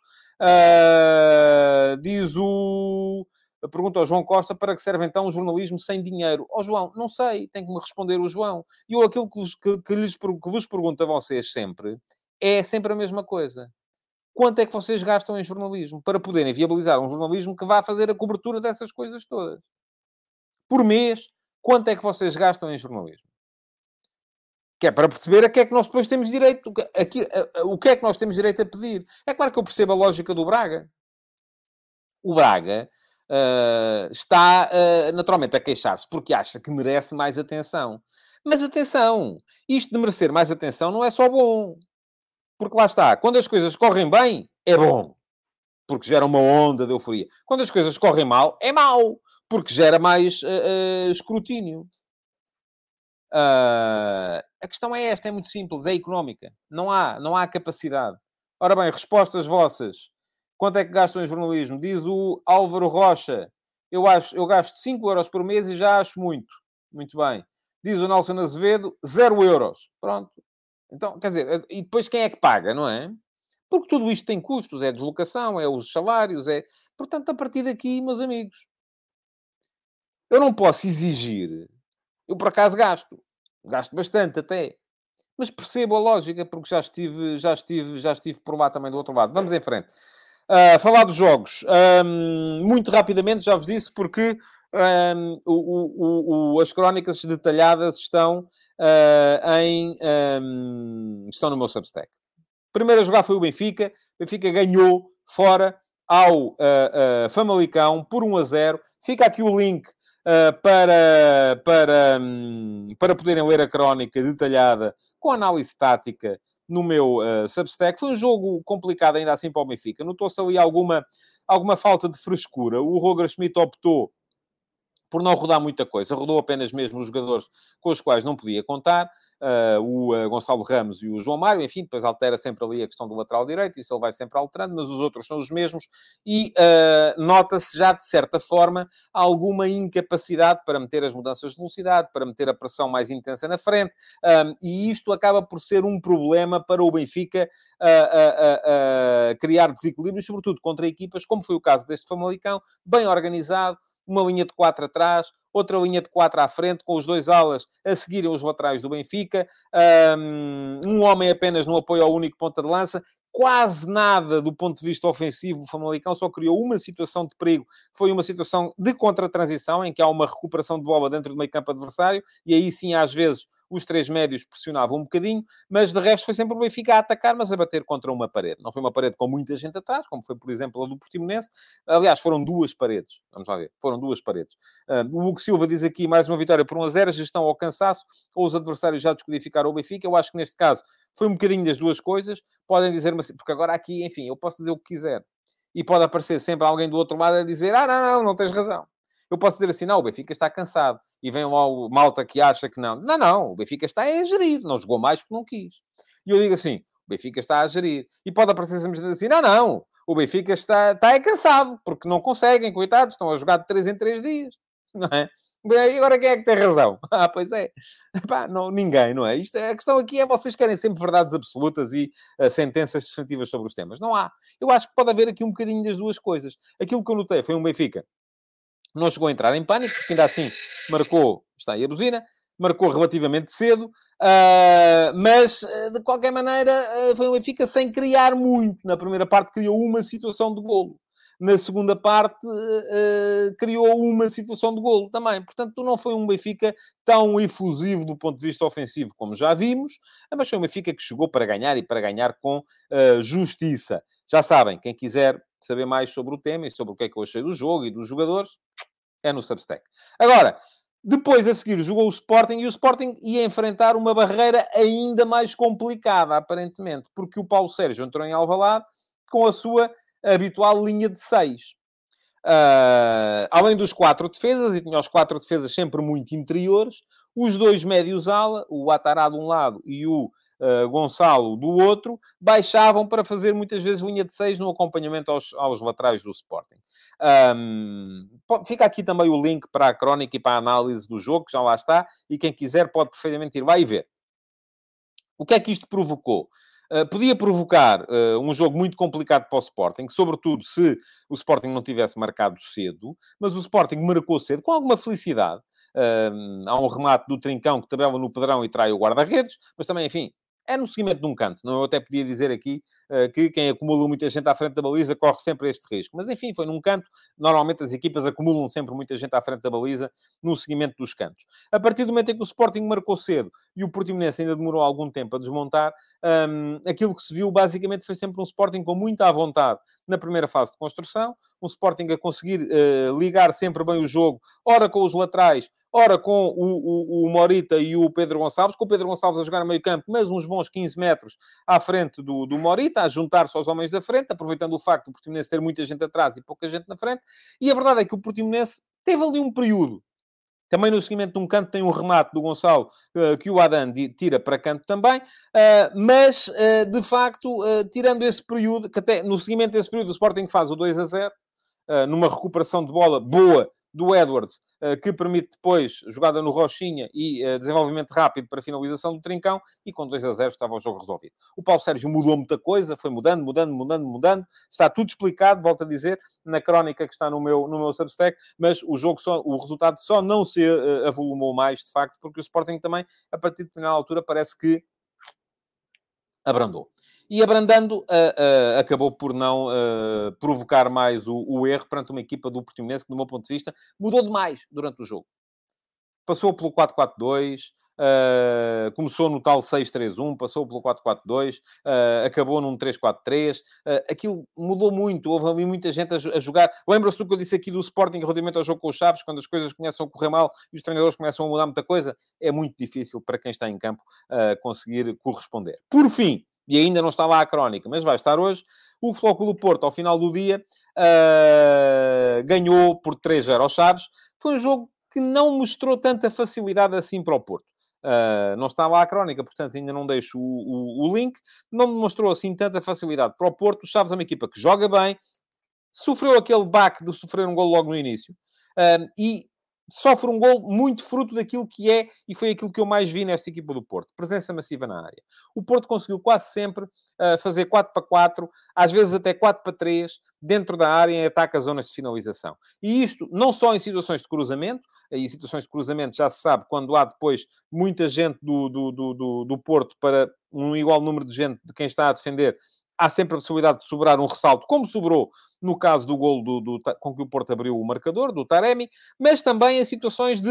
Uh, diz o... Pergunta ao João Costa, para que serve então o jornalismo sem dinheiro? Ó oh, João, não sei, tem que me responder o João. E eu aquilo que vos, que, que lhes, que vos pergunto a vocês sempre, é sempre a mesma coisa. Quanto é que vocês gastam em jornalismo para poderem viabilizar um jornalismo que vá fazer a cobertura dessas coisas todas? Por mês, quanto é que vocês gastam em jornalismo? Que é para perceber a que é que nós depois temos direito, a, a, a, o que é que nós temos direito a pedir. É claro que eu percebo a lógica do Braga. O Braga uh, está uh, naturalmente a queixar-se porque acha que merece mais atenção. Mas atenção, isto de merecer mais atenção não é só bom. Porque lá está, quando as coisas correm bem, é bom. Porque gera uma onda de euforia. Quando as coisas correm mal, é mau. Porque gera mais uh, uh, escrutínio. Uh, a questão é esta, é muito simples, é económica. Não há, não há capacidade. Ora bem, respostas vossas. Quanto é que gastam em jornalismo? Diz o Álvaro Rocha. Eu, acho, eu gasto cinco euros por mês e já acho muito. Muito bem. Diz o Nelson Azevedo, zero euros. Pronto. Então, quer dizer, e depois quem é que paga, não é? Porque tudo isto tem custos. É a deslocação, é os salários, é... Portanto, a partir daqui, meus amigos, eu não posso exigir... Eu, por acaso, gasto. Gasto bastante, até. Mas percebo a lógica, porque já estive, já estive, já estive por lá também do outro lado. Vamos em frente. Uh, falar dos jogos. Um, muito rapidamente, já vos disse, porque um, o, o, o, as crónicas detalhadas estão, uh, em, um, estão no meu Substack. Primeiro a jogar foi o Benfica. O Benfica ganhou fora ao uh, uh, Famalicão por um a zero. Fica aqui o link Uh, para, para, um, para poderem ler a crónica detalhada com análise tática no meu uh, Substack. Foi um jogo complicado ainda assim para o Benfica. Notou-se ali alguma, alguma falta de frescura. O Roger Schmidt optou por não rodar muita coisa. Rodou apenas mesmo os jogadores com os quais não podia contar. Uh, o uh, Gonçalo Ramos e o João Mário. Enfim, depois altera sempre ali a questão do lateral direito. Isso ele vai sempre alterando, mas os outros são os mesmos. E uh, nota-se já, de certa forma, alguma incapacidade para meter as mudanças de velocidade, para meter a pressão mais intensa na frente. Um, e isto acaba por ser um problema para o Benfica uh, uh, uh, uh, criar desequilíbrios, sobretudo contra equipas, como foi o caso deste Famalicão, bem organizado, uma linha de quatro atrás, outra linha de quatro à frente, com os dois alas a seguirem os laterais do Benfica, um homem apenas no apoio ao único ponta de lança, quase nada do ponto de vista ofensivo. O Famalicão só criou uma situação de perigo, foi uma situação de contra-transição, em que há uma recuperação de bola dentro do meio campo adversário, e aí sim, às vezes, os três médios pressionavam um bocadinho, mas de resto foi sempre o Benfica a atacar, mas a bater contra uma parede. Não foi uma parede com muita gente atrás, como foi, por exemplo, a do Portimonense. Aliás, foram duas paredes. Vamos lá ver. Foram duas paredes. Uh, o Hugo Silva diz aqui mais uma vitória por um a zero, gestão ao cansaço, ou os adversários já descodificaram o Benfica. Eu acho que neste caso foi um bocadinho das duas coisas. Podem dizer-me assim, porque agora aqui, enfim, eu posso dizer o que quiser. E pode aparecer sempre alguém do outro lado a dizer, ah, não, não, não tens razão. Eu posso dizer assim, não, o Benfica está cansado. E vem lá o malta que acha que não. Não, não, o Benfica está a gerir. Não jogou mais porque não quis. E eu digo assim, o Benfica está a gerir. E pode aparecer sempre assim, não, não, o Benfica está, está é cansado, porque não conseguem, coitados, estão a jogar de três em três dias. Não é? E agora quem é que tem razão? Ah, pois é. Epá, não, ninguém, não é? Isto, a questão aqui é vocês querem sempre verdades absolutas e uh, sentenças definitivas sobre os temas. Não há. Eu acho que pode haver aqui um bocadinho das duas coisas. Aquilo que eu notei foi um Benfica não chegou a entrar em pânico, porque ainda assim marcou, está aí a buzina, marcou relativamente cedo, uh, mas, uh, de qualquer maneira, uh, foi um Benfica sem criar muito. Na primeira parte criou uma situação de golo. Na segunda parte, uh, criou uma situação de golo também. Portanto, não foi um Benfica tão efusivo do ponto de vista ofensivo como já vimos, mas foi um Benfica que chegou para ganhar e para ganhar com uh, justiça. Já sabem, quem quiser saber mais sobre o tema e sobre o que é que eu achei do jogo e dos jogadores, é no Substack. Agora, depois a seguir jogou o Sporting e o Sporting ia enfrentar uma barreira ainda mais complicada, aparentemente, porque o Paulo Sérgio entrou em Alvalade com a sua habitual linha de seis. Uh, além dos quatro defesas, e tinha os quatro defesas sempre muito interiores, os dois médios ala, o Atará de um lado e o uh, Gonçalo do outro, baixavam para fazer muitas vezes linha de seis no acompanhamento aos, aos laterais do Sporting. Um, fica aqui também o link para a crónica e para a análise do jogo, que já lá está, e quem quiser pode perfeitamente ir lá e ver. O que é que isto provocou? Uh, podia provocar uh, um jogo muito complicado para o Sporting, sobretudo se o Sporting não tivesse marcado cedo, mas o Sporting marcou cedo, com alguma felicidade. Uh, há um remate do Trincão que tabela no Pedrão e trai o guarda-redes, mas também, enfim, é no seguimento de um canto. Não, eu até podia dizer aqui uh, que quem acumula muita gente à frente da baliza corre sempre este risco. Mas, enfim, foi num canto. Normalmente as equipas acumulam sempre muita gente à frente da baliza no seguimento dos cantos. A partir do momento em que o Sporting marcou cedo e o Portimonense ainda demorou algum tempo a desmontar, um, aquilo que se viu basicamente foi sempre um Sporting com muita à vontade na primeira fase de construção, um Sporting a conseguir uh, ligar sempre bem o jogo, ora com os laterais, ora com o, o, o Morita e o Pedro Gonçalves, com o Pedro Gonçalves a jogar a meio campo, mas uns bons quinze metros à frente do, do Morita, a juntar-se aos homens da frente, aproveitando o facto do Portimonense ter muita gente atrás e pouca gente na frente. E a verdade é que o Portimonense teve ali um período. Também no seguimento de um canto tem um remate do Gonçalo uh, que o Adan tira para canto também. Uh, mas, uh, de facto, uh, tirando esse período, que até no seguimento desse período o Sporting faz o dois a zero, uh, numa recuperação de bola boa do Edwards, que permite depois jogada no Rochinha e desenvolvimento rápido para finalização do Trincão, e com dois a zero estava o jogo resolvido. O Paulo Sérgio mudou muita coisa, foi mudando, mudando, mudando, mudando. Está tudo explicado, volto a dizer, na crónica que está no meu, no meu Substack, mas o jogo só, o resultado só não se uh, avolumou mais, de facto, porque o Sporting também, a partir de determinada altura, parece que abrandou. E abrandando, uh, uh, acabou por não uh, provocar mais o, o erro perante uma equipa do Portimonense que, do meu ponto de vista, mudou demais durante o jogo. Passou pelo quatro quatro dois, uh, começou no tal seis três um, passou pelo quatro quatro dois, uh, acabou num três quatro três. Uh, aquilo mudou muito, houve ali muita gente a, a jogar. Lembra-se do que eu disse aqui do Sporting relativamente ao jogo com os Chaves, quando as coisas começam a correr mal e os treinadores começam a mudar muita coisa? É muito difícil para quem está em campo uh, conseguir corresponder. Por fim, e ainda não está lá a crónica, mas vai estar hoje, o Futebol Clube do Porto, ao final do dia, uh, ganhou por três a zero aos Chaves. Foi um jogo que não mostrou tanta facilidade assim para o Porto. Uh, não está lá a crónica, portanto ainda não deixo o, o, o link. Não demonstrou assim tanta facilidade para o Porto. O Chaves é uma equipa que joga bem, sofreu aquele baque de sofrer um gol logo no início, uh, e sofre um gol muito fruto daquilo que é, e foi aquilo que eu mais vi nesta equipa do Porto. Presença massiva na área. O Porto conseguiu quase sempre uh, fazer quatro para quatro, às vezes até quatro para três, dentro da área, em ataque às zonas de finalização. E isto não só em situações de cruzamento, em situações de cruzamento já se sabe, quando há depois muita gente do, do, do, do, do Porto para um igual número de gente de quem está a defender, há sempre a possibilidade de sobrar um ressalto, como sobrou no caso do golo do, do, com que o Porto abriu o marcador, do Taremi, mas também em situações de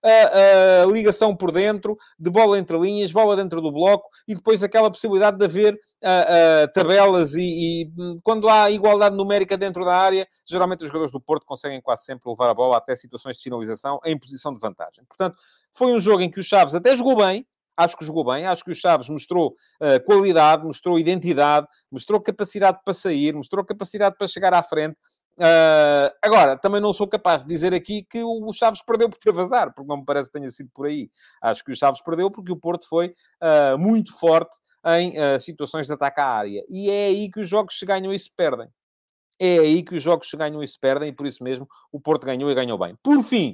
uh, uh, ligação por dentro, de bola entre linhas, bola dentro do bloco, e depois aquela possibilidade de haver uh, uh, tabelas e, e quando há igualdade numérica dentro da área, geralmente os jogadores do Porto conseguem quase sempre levar a bola até situações de sinalização em posição de vantagem. Portanto, foi um jogo em que o Chaves até jogou bem, acho que jogou bem, acho que o Chaves mostrou uh, qualidade, mostrou identidade, mostrou capacidade para sair, mostrou capacidade para chegar à frente. Uh, agora, também não sou capaz de dizer aqui que o Chaves perdeu por ter vazar, porque não me parece que tenha sido por aí. Acho que o Chaves perdeu porque o Porto foi uh, muito forte em uh, situações de ataque à área. E é aí que os jogos se ganham e se perdem. É aí que os jogos se ganham e se perdem, e por isso mesmo o Porto ganhou e ganhou bem. Por fim,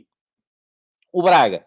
o Braga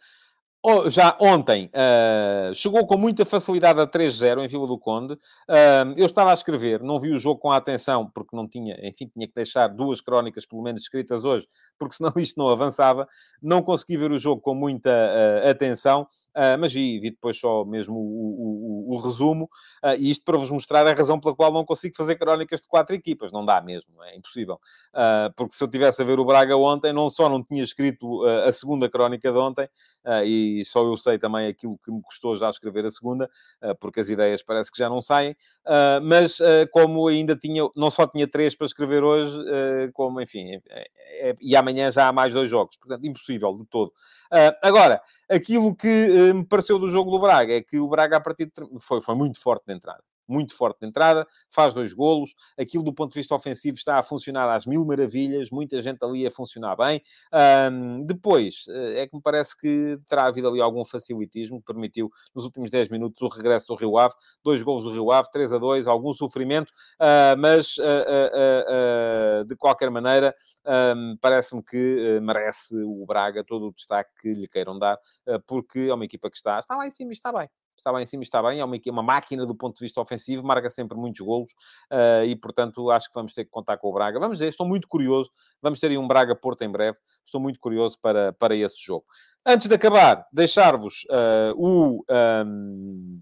já ontem uh, chegou com muita facilidade a três zero em Vila do Conde. Uh, eu estava a escrever, não vi o jogo com a atenção, porque não tinha, enfim, tinha que deixar duas crónicas, pelo menos, escritas hoje, porque senão isto não avançava. Não consegui ver o jogo com muita uh, atenção, uh, mas vi, vi depois só mesmo o, o, o, o resumo, uh, e isto para vos mostrar a razão pela qual não consigo fazer crónicas de quatro equipas. Não dá mesmo, é impossível. Uh, porque se eu tivesse a ver o Braga ontem, não só não tinha escrito uh, a segunda crónica de ontem, uh, e e só eu sei também aquilo que me custou já escrever a segunda, porque as ideias parece que já não saem, mas como ainda tinha, não só tinha três para escrever hoje, como, enfim, é, é, e amanhã já há mais dois jogos, portanto, impossível de todo. Agora, aquilo que me pareceu do jogo do Braga é que o Braga, a partir de... foi, foi muito forte na entrada. Muito forte de entrada, faz dois golos, aquilo do ponto de vista ofensivo está a funcionar às mil maravilhas, muita gente ali a funcionar bem. Um, depois, é que me parece que terá havido ali algum facilitismo que permitiu, nos últimos dez minutos, o regresso do Rio Ave, dois golos do Rio Ave, três a dois, algum sofrimento, uh, mas, uh, uh, uh, de qualquer maneira, um, parece-me que uh, merece o Braga todo o destaque que lhe queiram dar, uh, porque é uma equipa que está, está lá em cima e está bem. Está bem em cima, está bem. É uma, uma máquina do ponto de vista ofensivo, marca sempre muitos golos uh, e, portanto, acho que vamos ter que contar com o Braga. Vamos ver, estou muito curioso. Vamos ter aí um Braga-Porto em breve. Estou muito curioso para, para esse jogo. Antes de acabar, deixar-vos uh, o, um,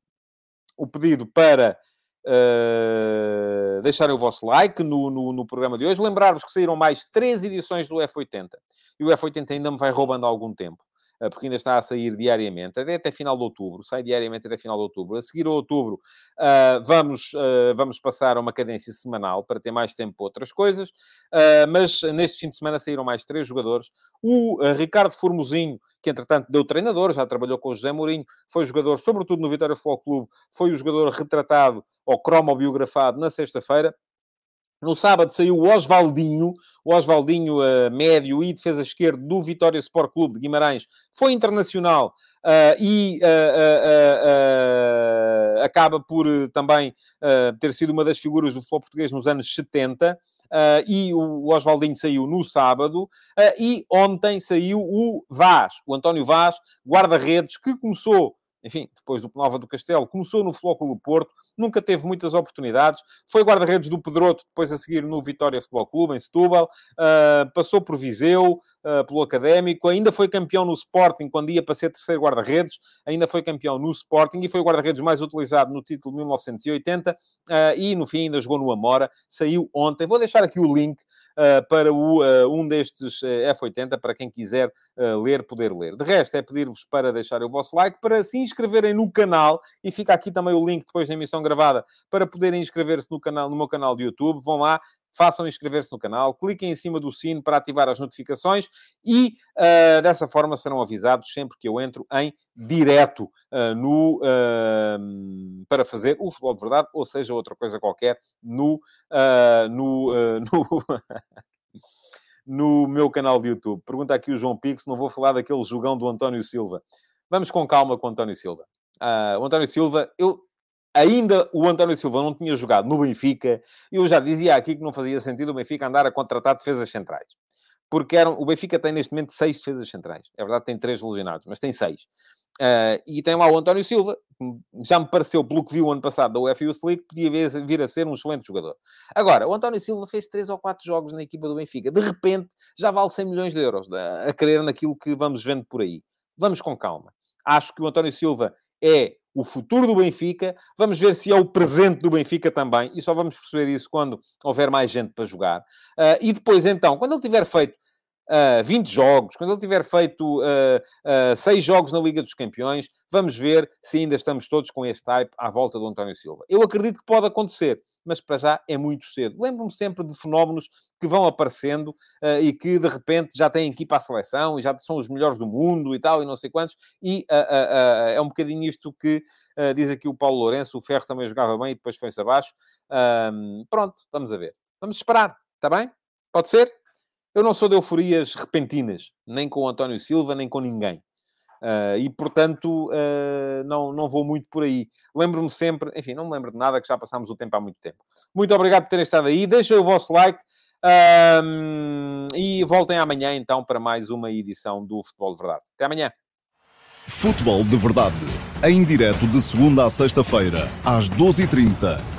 o pedido para uh, deixarem o vosso like no, no, no programa de hoje. Lembrar-vos que saíram mais três edições do F oitenta. E o F oitenta ainda me vai roubando algum tempo, porque ainda está a sair diariamente, até, até final de outubro, sai diariamente até final de outubro. A seguir a outubro, uh, vamos, uh, vamos passar a uma cadência semanal para ter mais tempo para outras coisas, uh, mas neste fim de semana saíram mais três jogadores. O uh, Ricardo Formosinho, que entretanto deu treinador, já trabalhou com o José Mourinho, foi jogador, sobretudo no Vitória Futebol Clube, foi o jogador retratado ou cromobiografado na sexta-feira. No sábado saiu o Osvaldinho, o Osvaldinho uh, médio e defesa esquerdo do Vitória Sport Clube de Guimarães, foi internacional uh, e uh, uh, uh, acaba por uh, também uh, ter sido uma das figuras do futebol português nos anos setenta. Uh, e o Osvaldinho saiu no sábado, uh, e ontem saiu o Vaz, o António Vaz, guarda-redes, que começou, enfim, depois do Nova do Castelo, começou no Futebol Clube do Porto, nunca teve muitas oportunidades, foi guarda-redes do Pedroto, depois a seguir no Vitória Futebol Clube, em Setúbal, uh, passou por Viseu, uh, pelo Académico, ainda foi campeão no Sporting, quando ia para ser terceiro guarda-redes, ainda foi campeão no Sporting, e foi o guarda-redes mais utilizado no título de mil novecentos e oitenta, uh, e no fim ainda jogou no Amora, saiu ontem. Vou deixar aqui o link Uh, para o, uh, um destes uh, F oitenta, para quem quiser uh, ler, poder ler. De resto, é pedir-vos para deixarem o vosso like, para se inscreverem no canal, e fica aqui também o link depois da emissão gravada, para poderem inscrever-se no, canal, no meu canal de YouTube. Vão lá, façam inscrever-se no canal, cliquem em cima do sino para ativar as notificações e, uh, dessa forma, serão avisados sempre que eu entro em direto uh, no, uh, para fazer o Futebol de Verdade, ou seja, outra coisa qualquer, no, uh, no, uh, no, no meu canal de YouTube. Pergunta aqui o João Pix, não vou falar daquele jogão do António Silva. Vamos com calma com o António Silva. Uh, o António Silva, eu... Ainda o António Silva não tinha jogado no Benfica, e eu já dizia aqui que não fazia sentido o Benfica andar a contratar defesas centrais. Porque eram, o Benfica tem neste momento seis defesas centrais. É verdade, tem três lesionados, mas tem seis. Uh, e tem lá o António Silva, que já me pareceu, pelo que vi o ano passado da U E F Youth League, que podia vir, vir a ser um excelente jogador. Agora, o António Silva fez três ou quatro jogos na equipa do Benfica. De repente, já vale cem milhões de euros, a querer naquilo que vamos vendo por aí. Vamos com calma. Acho que o António Silva é o futuro do Benfica, vamos ver se é o presente do Benfica também, e só vamos perceber isso quando houver mais gente para jogar. Uh, e depois, então, quando ele tiver feito Uh, vinte jogos, quando ele tiver feito uh, uh, seis jogos na Liga dos Campeões, vamos ver se ainda estamos todos com este hype à volta do António Silva. Eu acredito que pode acontecer, mas para já é muito cedo. Lembro-me sempre de fenómenos que vão aparecendo uh, e que, de repente, já têm que ir para a seleção e já são os melhores do mundo e tal, e não sei quantos, e uh, uh, uh, é um bocadinho isto que uh, diz aqui o Paulo Lourenço. O Ferro também jogava bem e depois foi-se abaixo. Uh, pronto, vamos a ver. Vamos esperar, está bem? Pode ser? Eu não sou de euforias repentinas, nem com o António Silva, nem com ninguém. Uh, e, portanto, uh, não, não vou muito por aí. Lembro-me sempre... Enfim, não me lembro de nada, que já passámos o tempo há muito tempo. Muito obrigado por terem estado aí. Deixem o vosso like. Uh, e voltem amanhã, então, para mais uma edição do Futebol de Verdade. Até amanhã. Futebol de Verdade. Em direto de segunda a sexta-feira, às doze e trinta,